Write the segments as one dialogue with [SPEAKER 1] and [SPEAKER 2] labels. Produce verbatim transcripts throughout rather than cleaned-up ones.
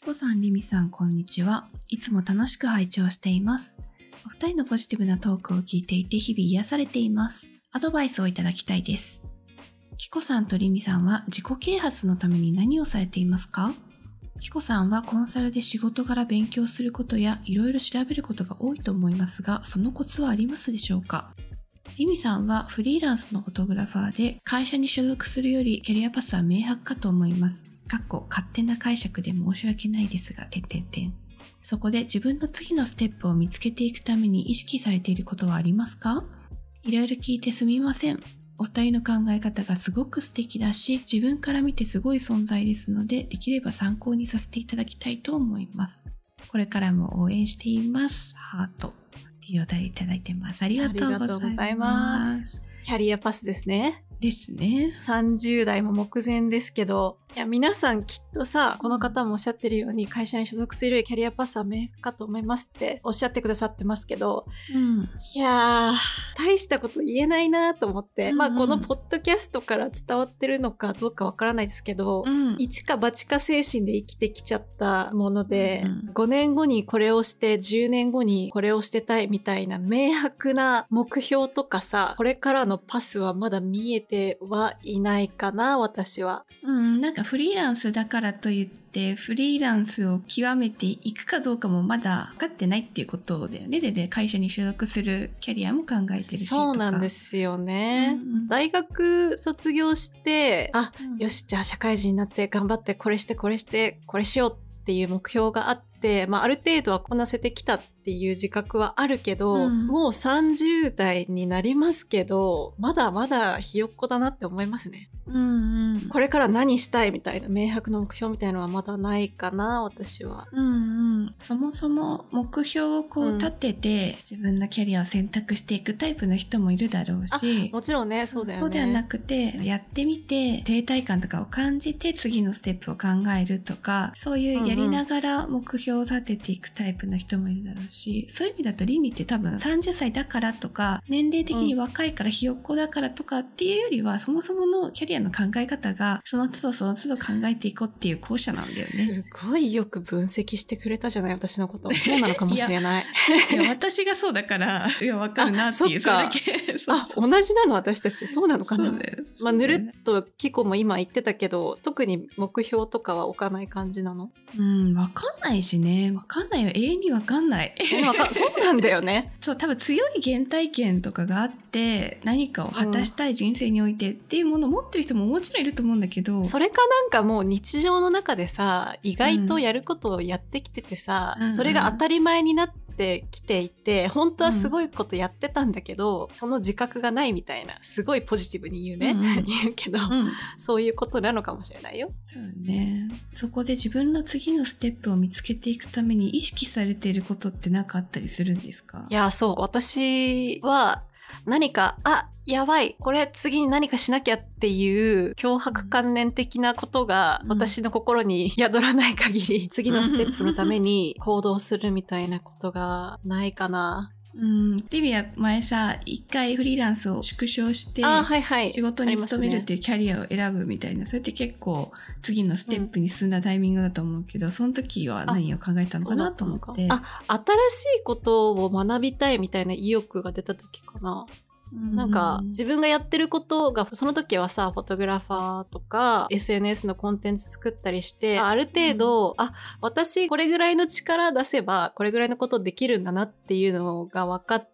[SPEAKER 1] コさん、リミさん、こんにちは。いつも楽しく拝聴しています。お二人のポジティブなトークを聞いていて日々癒されています。アドバイスをいただきたいです。キコさんとリミさんは自己啓発のために何をされていますか？キコさんはコンサルで仕事柄勉強することやいろいろ調べることが多いと思いますが、そのコツはありますでしょうか？リミさんはフリーランスのフォトグラファーで会社に所属するよりキャリアパスは明白かと思います。かっこ勝手な解釈で申し訳ないですが、てんてんてん。そこで自分の次のステップを見つけていくために意識されていることはありますか？いろいろ聞いてすみません。お二人の考え方がすごく素敵だし、自分から見てすごい存在ですので、できれば参考にさせていただきたいと思います。これからも応援しています。ハート。っていうお便りいただいてます。ありがとうございます。
[SPEAKER 2] ありがとうございます。キャリアパスですね。
[SPEAKER 1] ですね。
[SPEAKER 2] さんじゅう代も目前ですけど、いや皆さんきっとさ、この方もおっしゃってるように会社に所属するキャリアパスは明確かと思いますっておっしゃってくださってますけど、
[SPEAKER 1] うん、
[SPEAKER 2] いやー大したこと言えないなと思って、うんうん、まあこのポッドキャストから伝わってるのかどうかわからないですけど、うん、一か八か精神で生きてきちゃったもので、うん、ごねんごにこれをしてじゅうねんごにこれをしてたいみたいな明白な目標とかさ、これからのパスはまだ見えてはいないかな、私は。
[SPEAKER 1] うん、なんかフリーランスだからといってフリーランスを極めていくかどうかもまだ分かってないっていうことだよね。で、で会社に所属するキャリアも考えてるしとか。
[SPEAKER 2] そうなんですよね、
[SPEAKER 1] うんうん、
[SPEAKER 2] 大学卒業してあ、
[SPEAKER 1] うん、
[SPEAKER 2] よしじゃあ社会人になって頑張ってこれしてこれしてこれしようっていう目標があって、まあ、ある程度はこなせてきたっていう自覚はあるけど、うん、もうさんじゅう代になりますけどまだまだひよっこだなって思いますね。
[SPEAKER 1] うんうん、
[SPEAKER 2] これから何したいみたいな明白な目標みたいなのはまだないかな、私は。
[SPEAKER 1] うんうん、そもそも目標をこう立てて、うん、自分のキャリアを選択していくタイプの人もいるだろうし、
[SPEAKER 2] もちろんね、そうだよね。
[SPEAKER 1] そうではなくてやってみて停滞感とかを感じて次のステップを考えるとか、そういうやりながら目標を立てていくタイプの人もいるだろうし、そういう意味だとリミって多分さんじゅっさいだからとか年齢的に若いからひよっこだからとかっていうよりは、うん、そもそものキャリアの考え方がその都度その都度考えていこうっていう後者なんだよね。
[SPEAKER 2] すごいよく分析してくれたじゃない、私のこと。そうなのかもしれない。
[SPEAKER 1] いや、いや私がそうだからいや分かるなっていう、それだけそう
[SPEAKER 2] そうそう、あ、同じなの私たち。そうなのかな。まあ、ぬるっとキコも今言ってたけど、特に目標とかは置かない感じなの？
[SPEAKER 1] うん、分かんないしね。分かんないよ、永遠に分かんない。
[SPEAKER 2] そうなんだよね。
[SPEAKER 1] そう、多分強い原体験とかがあって何かを果たしたい人生においてっていうものを持ってる人ももちろんいると思うんだけど、
[SPEAKER 2] それかなんかもう日常の中でさ、意外とやることをやってきててさ、うん、それが当たり前になってきていて、本当はすごいことやってたんだけど、うん、その自覚がないみたいな、すごいポジティブに言うね、うんうん、言うけど、うん、そういうことなのかもしれないよ。
[SPEAKER 1] そうね。そこで自分の次のステップを見つけていくために意識されていることって何かあったりするんですか？
[SPEAKER 2] いや、そう、私は何か、あ、やばい、これ次に何かしなきゃっていう強迫観念的なことが私の心に宿らない限り、うん、次のステップのために行動するみたいなことがないかな。
[SPEAKER 1] うん、リビは前さ、一回フリーランスを縮小して、
[SPEAKER 2] はいはい、
[SPEAKER 1] 仕事に勤めるっていうキャリアを選ぶみたいな、ね、それって結構次のステップに進んだタイミングだと思うけど、うん、その時は何を考えたのかなと思って。
[SPEAKER 2] あ、新しいことを学びたいみたいな意欲が出た時かな。なんか自分がやってることが、その時はさ、フォトグラファーとか エスエヌエス のコンテンツ作ったりして、ある程度、うん、あ、私これぐらいの力出せばこれぐらいのことできるんだなっていうのが分かって、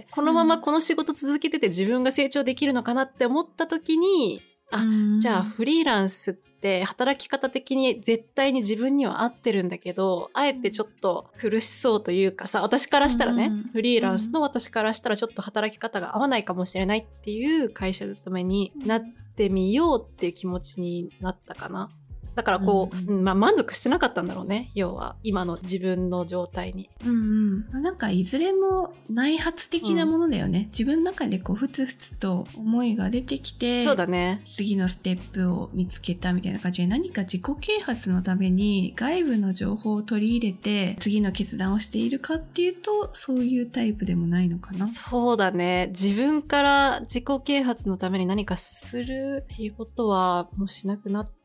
[SPEAKER 2] このままこの仕事続けてて自分が成長できるのかなって思った時に、あ、うん、じゃあフリーランスって働き方的に絶対に自分には合ってるんだけど、あえてちょっと苦しそうというかさ、私からしたらね、うん、フリーランスの私からしたらちょっと働き方が合わないかもしれないっていう会社勤めになってみようっていう気持ちになったかな。だからこう、うんうん、まあ満足してなかったんだろうね、要は今の自分の状態に。
[SPEAKER 1] うんうん、なんかいずれも内発的なものだよね、うん、自分の中でこうふつふつと思いが出てきて、
[SPEAKER 2] そうだね、
[SPEAKER 1] 次のステップを見つけたみたいな感じで、何か自己啓発のために外部の情報を取り入れて次の決断をしているかっていうと、そういうタイプでもないのかな。
[SPEAKER 2] そうだね、自分から自己啓発のために何かするっていうことはもうしなくなって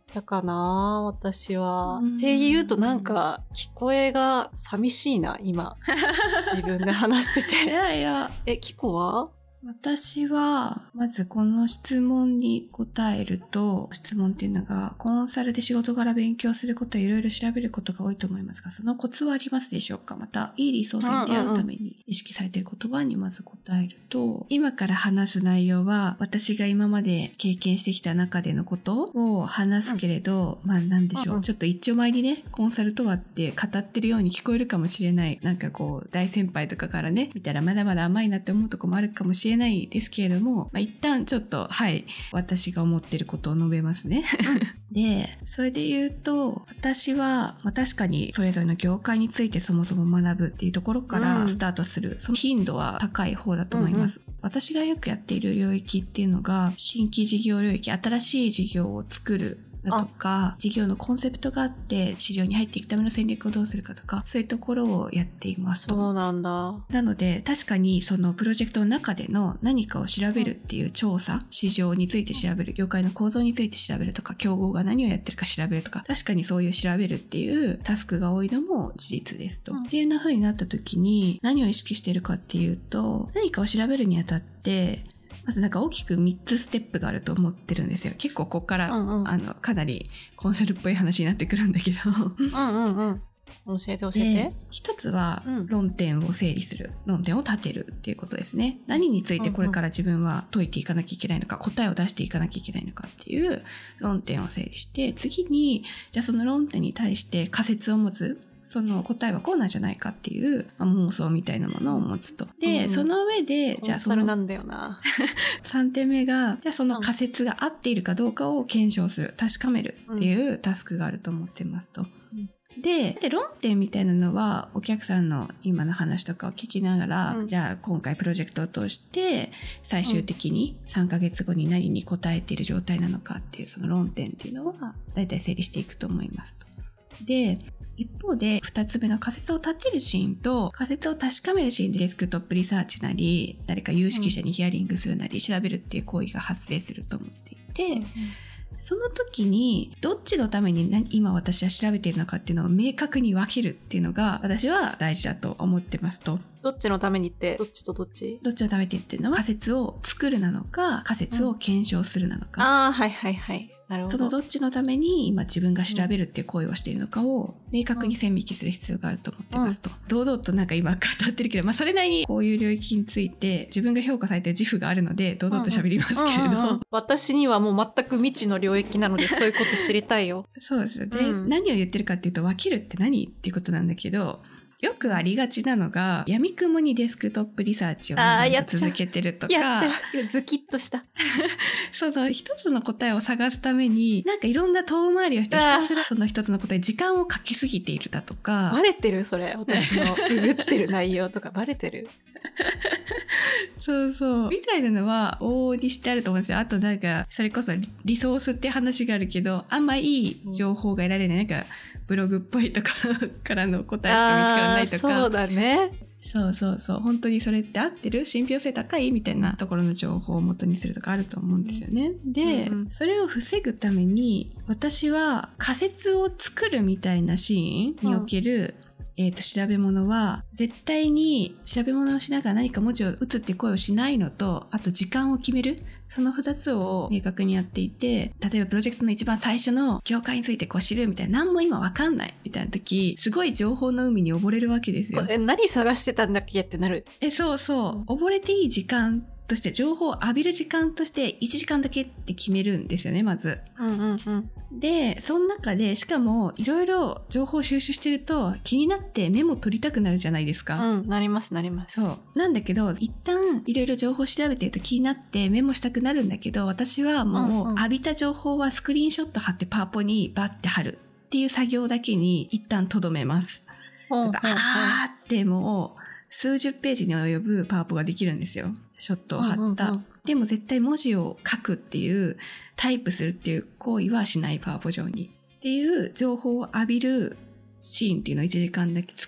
[SPEAKER 2] たかな私は。って言うとなんか聞こえが寂しいな今自分で話してて。
[SPEAKER 1] いやいや。
[SPEAKER 2] え、キコは？
[SPEAKER 1] 私は、まずこの質問に答えると、質問っていうのが、コンサルで仕事から勉強することをいろいろ調べることが多いと思いますが、そのコツはありますでしょうか？また、いいリソースに出会うために意識されている言葉にまず答えると、今から話す内容は、私が今まで経験してきた中でのことを話すけれど、うん、まあなんでしょう、うんうん、ちょっと一丁前にね、コンサルとはって語ってるように聞こえるかもしれない。なんかこう、大先輩とかからね、見たらまだまだ甘いなって思うとこもあるかもしれない。ないですけれども、まあ、一旦ちょっとはい私が思ってることを述べますねでそれで言うと私は、まあ、確かにそれぞれの業界についてそもそも学ぶっていうところからスタートする、うん、その頻度は高い方だと思います、うんうん、私がよくやっている領域っていうのが新規事業領域、新しい事業を作るだとか事業のコンセプトがあって市場に入っていくための戦略をどうするかとかそういうところをやっていますと。
[SPEAKER 2] そうなんだ。
[SPEAKER 1] なので確かにそのプロジェクトの中での何かを調べるっていう調査、市場について調べる、業界の構造について調べるとか、競合が何をやってるか調べるとか、確かにそういう調べるっていうタスクが多いのも事実ですと、うん、っていうような風になった時に何を意識しているかっていうと、何かを調べるにあたってまずなんか大きくみっつステップがあると思ってるんですよ。結構ここから、うんうん、あのかなりコンサルっぽい話になってくるんだけど
[SPEAKER 2] うんうんうん教えて教えて。
[SPEAKER 1] 一つは論点を整理する、論点を立てるっていうことですね。何についてこれから自分は解いていかなきゃいけないのか、答えを出していかなきゃいけないのかっていう論点を整理して、次にじゃあその論点に対して仮説を持つ、その答えはこうなんじゃないかっていう、まあ、妄想みたいなものを持つと。で、うん、その上で、
[SPEAKER 2] じゃあその、なんだよな。
[SPEAKER 1] さんてんめが、じゃあその仮説が合っているかどうかを検証する、確かめるっていうタスクがあると思ってますと。うんで, で論点みたいなのはお客さんの今の話とかを聞きながら、うん、じゃあ今回プロジェクトを通して最終的にさんかげつごに何に答えている状態なのかっていうその論点っていうのはだいたい整理していくと思いますと。で一方でふたつめの仮説を立てるシーンと仮説を確かめるシーンでデスクトップリサーチなり誰か有識者にヒアリングするなり調べるっていう行為が発生すると思っていて、うん、その時にどっちのために何今私は調べているのかっていうのを明確に分けるっていうのが私は大事だと思ってますと。
[SPEAKER 2] どっちのためにってどっちとどっち？
[SPEAKER 1] どっちのためにっていうのは仮説を作るなのか仮説を検証するなのか、
[SPEAKER 2] うん、ああはいはいはいなるほど。
[SPEAKER 1] そのどっちのために今自分が調べるっていう行為をしているのかを明確に線引きする必要があると思ってますと、うん、堂々となんか今語ってるけど、まあ、それなりにこういう領域について自分が評価されている自負があるので堂々と喋りますけれど、うんうんうん、
[SPEAKER 2] 私にはもう全く未知の領域なのでそういうこと知りたいよ
[SPEAKER 1] そうですよね、うん、何を言ってるかっていうと分けるって何っていうことなんだけど、よくありがちなのが闇雲にデスクトップリサーチを続けてるとか、
[SPEAKER 2] やっちゃうズキッとした
[SPEAKER 1] その一つの答えを探すためになんかいろんな遠回りをしてひたすらその一つの答え時間をかけすぎているだとか。
[SPEAKER 2] バレてるそれ私のググってる内容とかバレてる
[SPEAKER 1] そうそうみたいなのは往々にしてあると思うんですよ。あとなんかそれこそリソースって話があるけどあんまいい情報が得られない、なんかブログっぽいとかからの答えしか見つからないとか。
[SPEAKER 2] そうだね。
[SPEAKER 1] そうそうそう本当にそれって合ってる信憑性高いみたいなところの情報を元にするとかあると思うんですよね。で、うんうん、それを防ぐために私は仮説を作るみたいなシーンにおける、うんえーと、調べ物は絶対に調べ物をしながら何か文字を打つっていう声をしないのと、あと時間を決める、そのふたつを明確にやっていて、例えばプロジェクトの一番最初の業界についてこう知るみたいな、何も今わかんないみたいな時、すごい情報の海に溺れるわけですよ。
[SPEAKER 2] え、何探してたんだっけってなる。
[SPEAKER 1] え、そうそう。溺れていい時間として、情報を浴びる時間としていちじかんだけって決めるんですよね、まず。
[SPEAKER 2] うんうんうん。
[SPEAKER 1] で、その中でしかもいろいろ情報を収集してると気になってメモ取りたくなるじゃないですか。
[SPEAKER 2] うん、なりますなります。
[SPEAKER 1] そう。なんだけど、一旦いろいろ情報を調べてると気になってメモしたくなるんだけど、私はもう浴びた情報はスクリーンショット貼ってパワポにバッて貼るっていう作業だけに一旦とどめます。
[SPEAKER 2] うんうんうん、
[SPEAKER 1] あーってもう数十ページに及ぶパワポができるんですよ。ショットを貼った。うんうんうん、でも絶対文字を書くっていうタイプするっていう行為はしないパワポ上にっていう情報を浴びるシーンっていうのをいちじかんだけ作っ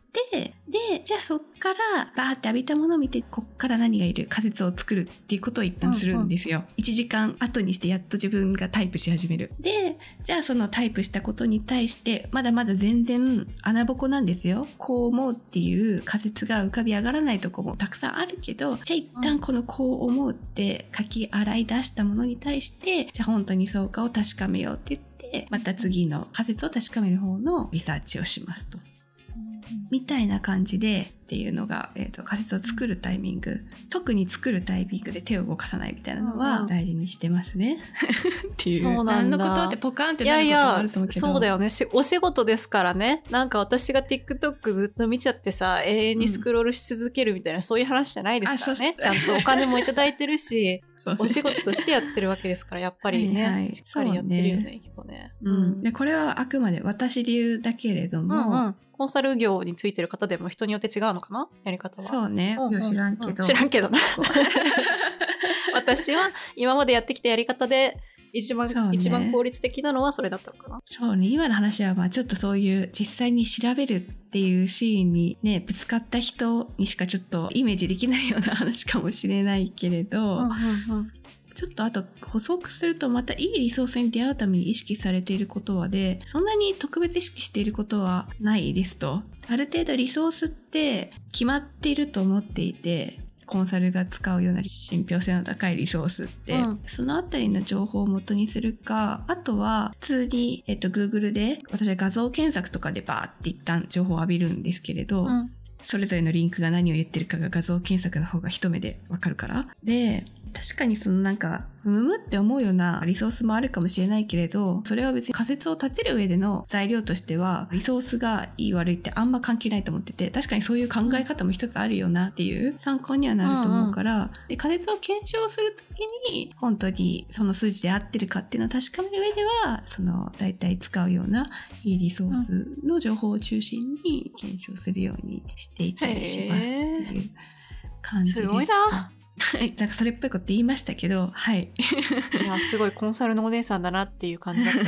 [SPEAKER 1] で、で、じゃあそっからバーって浴びたものを見て、こっから何がいる仮説を作るっていうことを一旦するんですよ。うんうん、いちじかん後にしてやっと自分がタイプし始める。で、じゃあそのタイプしたことに対して、まだまだ全然穴ぼこなんですよ。こう思うっていう仮説が浮かび上がらないとこもたくさんあるけど、じゃあ一旦このこう思うって書き洗い出したものに対して、じゃあ本当にそうかを確かめようって言って、また次の仮説を確かめる方のリサーチをしますと。みたいな感じでっていうのが、えーと、仮説を作るタイミング、特に作るタイミングで手を動かさないみたいなのは大事にしてますね。うん、っていう。そうなんだ。何のことってポカンってなることもあると思うけど。
[SPEAKER 2] いやいや、そうだよね。お仕事ですからね。なんか私が TikTok ずっと見ちゃってさ、永遠にスクロールし続けるみたいな、うん、そういう話じゃないですからね。ちゃんとお金もいただいてるし、お仕事としてやってるわけですから、やっぱりね、はいはい、しっかりやってるよね、結構ね。
[SPEAKER 1] うん。で、これはあくまで私流だけれども、
[SPEAKER 2] うんうん、コンサル業についてる方でも人によって違うのかな、やり方は。
[SPEAKER 1] そうね。うんうん、知らんけど。
[SPEAKER 2] 知らんけどな。私は今までやってきたやり方で一番、ね、一番効率的なのはそれだったのかな。
[SPEAKER 1] そうね。今の話はまあちょっとそういう実際に調べるっていうシーンにね、ぶつかった人にしかちょっとイメージできないような話かもしれないけれど、うんうんうん、ちょっとあと補足すると、またいいリソースに出会うために意識されていることはで、そんなに特別意識していることはないですと。ある程度リソースって決まっていると思っていて、コンサルが使うような信憑性の高いリソースって、うん、そのあたりの情報を元にするか、あとは普通に、えっと、Google で、私は画像検索とかでバーって一旦情報を浴びるんですけれど、うん、それぞれのリンクが何を言ってるかが画像検索の方が一目でわかるから。で、確かにそのなんか、むむって思うようなリソースもあるかもしれないけれど、それは別に仮説を立てる上での材料としては、リソースがいい悪いってあんま関係ないと思ってて、確かにそういう考え方も一つあるよなっていう参考にはなると思うから、うんうん、で、仮説を検証するときに、本当にその数字で合ってるかっていうのを確かめる上では、その大体使うようないいリソースの情報を中心に検証するようにしていたりしますっていう感じです。
[SPEAKER 2] すごいな。
[SPEAKER 1] はい。なんかそれっぽいこと言いましたけど、はい。
[SPEAKER 2] いや、すごいコンサルのお姉さんだなっていう感じだった。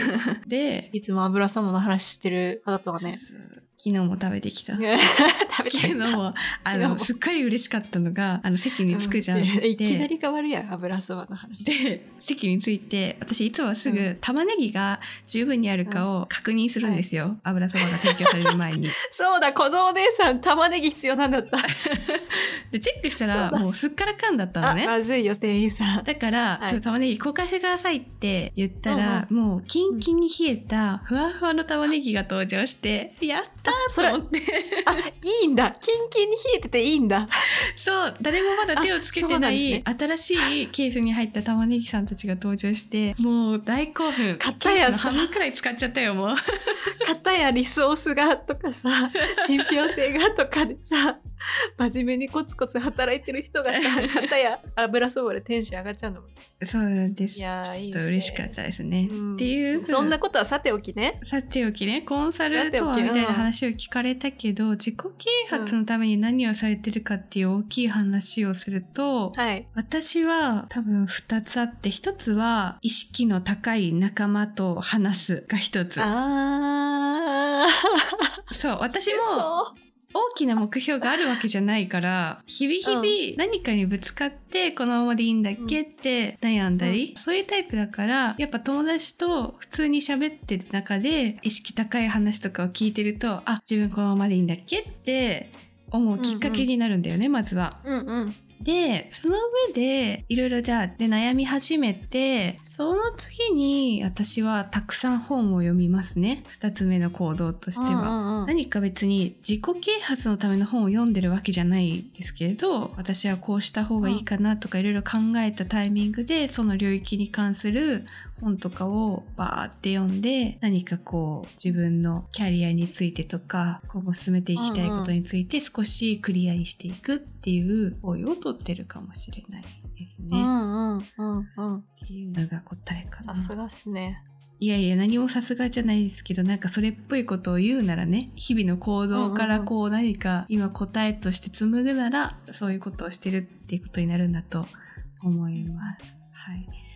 [SPEAKER 2] で、いつも油サモの話してる方とはね。
[SPEAKER 1] 昨日も食べてきた。食べてきた。昨日も、あの、すっごい嬉しかったのが、あの、席に着くじゃん。うん、
[SPEAKER 2] いきなり変わるやん、油そばの話。
[SPEAKER 1] で、席に着いて、私いつもはすぐ玉ねぎが十分にあるかを確認するんですよ。うんはい、油そばが提供される前に。
[SPEAKER 2] そうだ、このお姉さん玉ねぎ必要なんだった。
[SPEAKER 1] で、チェックしたら、もうすっからかんだったのね。
[SPEAKER 2] あ、まずいよ、店員さん。
[SPEAKER 1] だから、はい、ちょっと玉ねぎ交換してくださいって言ったら、うんうん、もうキンキンに冷えたふわふわの玉ねぎが登場して、やったーと思って。
[SPEAKER 2] あ、いいんだ。キンキンに冷えてていいんだ。
[SPEAKER 1] そう、誰もまだ手をつけてない、ね、新しいケースに入った玉ねぎさんたちが登場して、もう大興奮。
[SPEAKER 2] 片や
[SPEAKER 1] さ、半分くらい使っちゃったよ、もう。
[SPEAKER 2] 片やリソースがとかさ、信憑性がとかでさ、真面目にコツコツ働いてる人がさ、片や油そばでテンション上がっちゃうのも。
[SPEAKER 1] そうなんです。
[SPEAKER 2] いやー、いいですね。
[SPEAKER 1] ちょっと嬉しかったですね。うん、っていう。
[SPEAKER 2] そんなことはさておきね。
[SPEAKER 1] さておきね。コンサルとはみたいな話を聞かれたけど、うん、自己啓発のために何をされてるかっていう大きい話をすると、
[SPEAKER 2] はい、
[SPEAKER 1] 私は多分二つあって、一つは意識の高い仲間と話すが一つ。
[SPEAKER 2] あ
[SPEAKER 1] ー。そう、私も、大きな目標があるわけじゃないから、日々日々何かにぶつかってこのままでいいんだっけって悩んだり、うん、そういうタイプだから、やっぱ友達と普通に喋ってる中で意識高い話とかを聞いてると、あ、自分このままでいいんだっけって思うきっかけになるんだよね、うんうん、まずは。
[SPEAKER 2] うんうん。
[SPEAKER 1] で、その上で、いろいろじゃあ、で悩み始めて、その次に私はたくさん本を読みますね。二つ目の行動としては。うんうん、何か別に自己啓発のための本を読んでるわけじゃないですけれど、私はこうした方がいいかなとかいろいろ考えたタイミングで、その領域に関する本とかをバーって読んで、何かこう自分のキャリアについてとか今後進めていきたいことについて少しクリアにしていくっていう方を取ってるかもしれないですね。
[SPEAKER 2] うんうんうんうん。
[SPEAKER 1] っていうのが答えかな。
[SPEAKER 2] さすがっすね。
[SPEAKER 1] いやいや何もさすがじゃないですけど、なんかそれっぽいことを言うならね、日々の行動からこう何か今答えとして紡ぐならそういうことをしてるっていうことになるんだと思います。はい。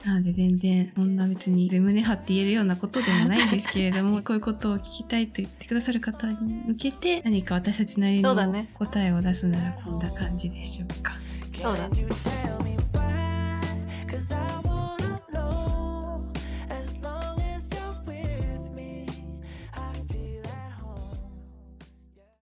[SPEAKER 1] なので全然そんな別に胸張って言えるようなことでもないんですけれどもこういうことを聞きたいと言ってくださる方に向けて何か私たちなりの答えを出すならこんな感じでしょうか。
[SPEAKER 2] そうだね。